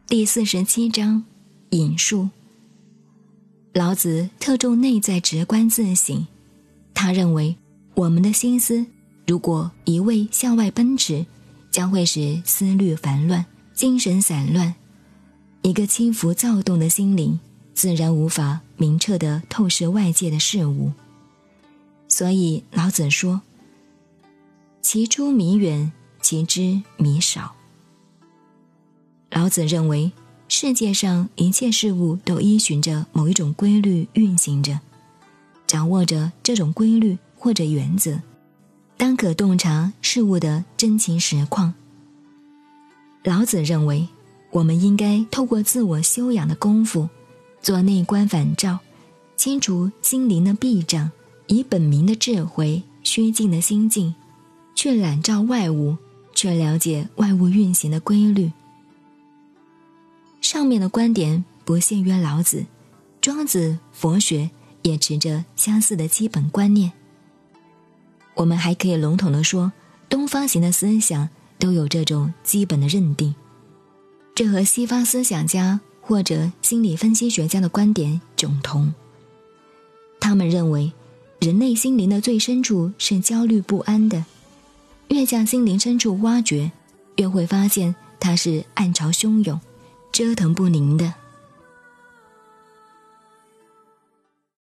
第47章引述。老子特重内在直观自省，他认为我们的心思如果一味向外奔驰，将会使思虑烦乱，精神散乱。一个轻浮躁动的心灵自然无法明彻地透视外界的事物。所以老子说，其出弥远，其知弥少。老子认为世界上一切事物都依循着某一种规律运行着，掌握着这种规律或者原则，当可洞察事物的真情实况。老子认为我们应该透过自我修养的功夫，做内观反照，清除心灵的壁障，以本明的智慧虚静的心境去览照外物，去了解外物运行的规律。上面的观点不限于老子，庄子、佛学也持着相似的基本观念。我们还可以笼统地说，东方型的思想都有这种基本的认定，这和西方思想家或者心理分析学家的观点迥同。他们认为人类心灵的最深处是焦虑不安的，越向心灵深处挖掘，越会发现它是暗潮汹涌，折腾不宁的。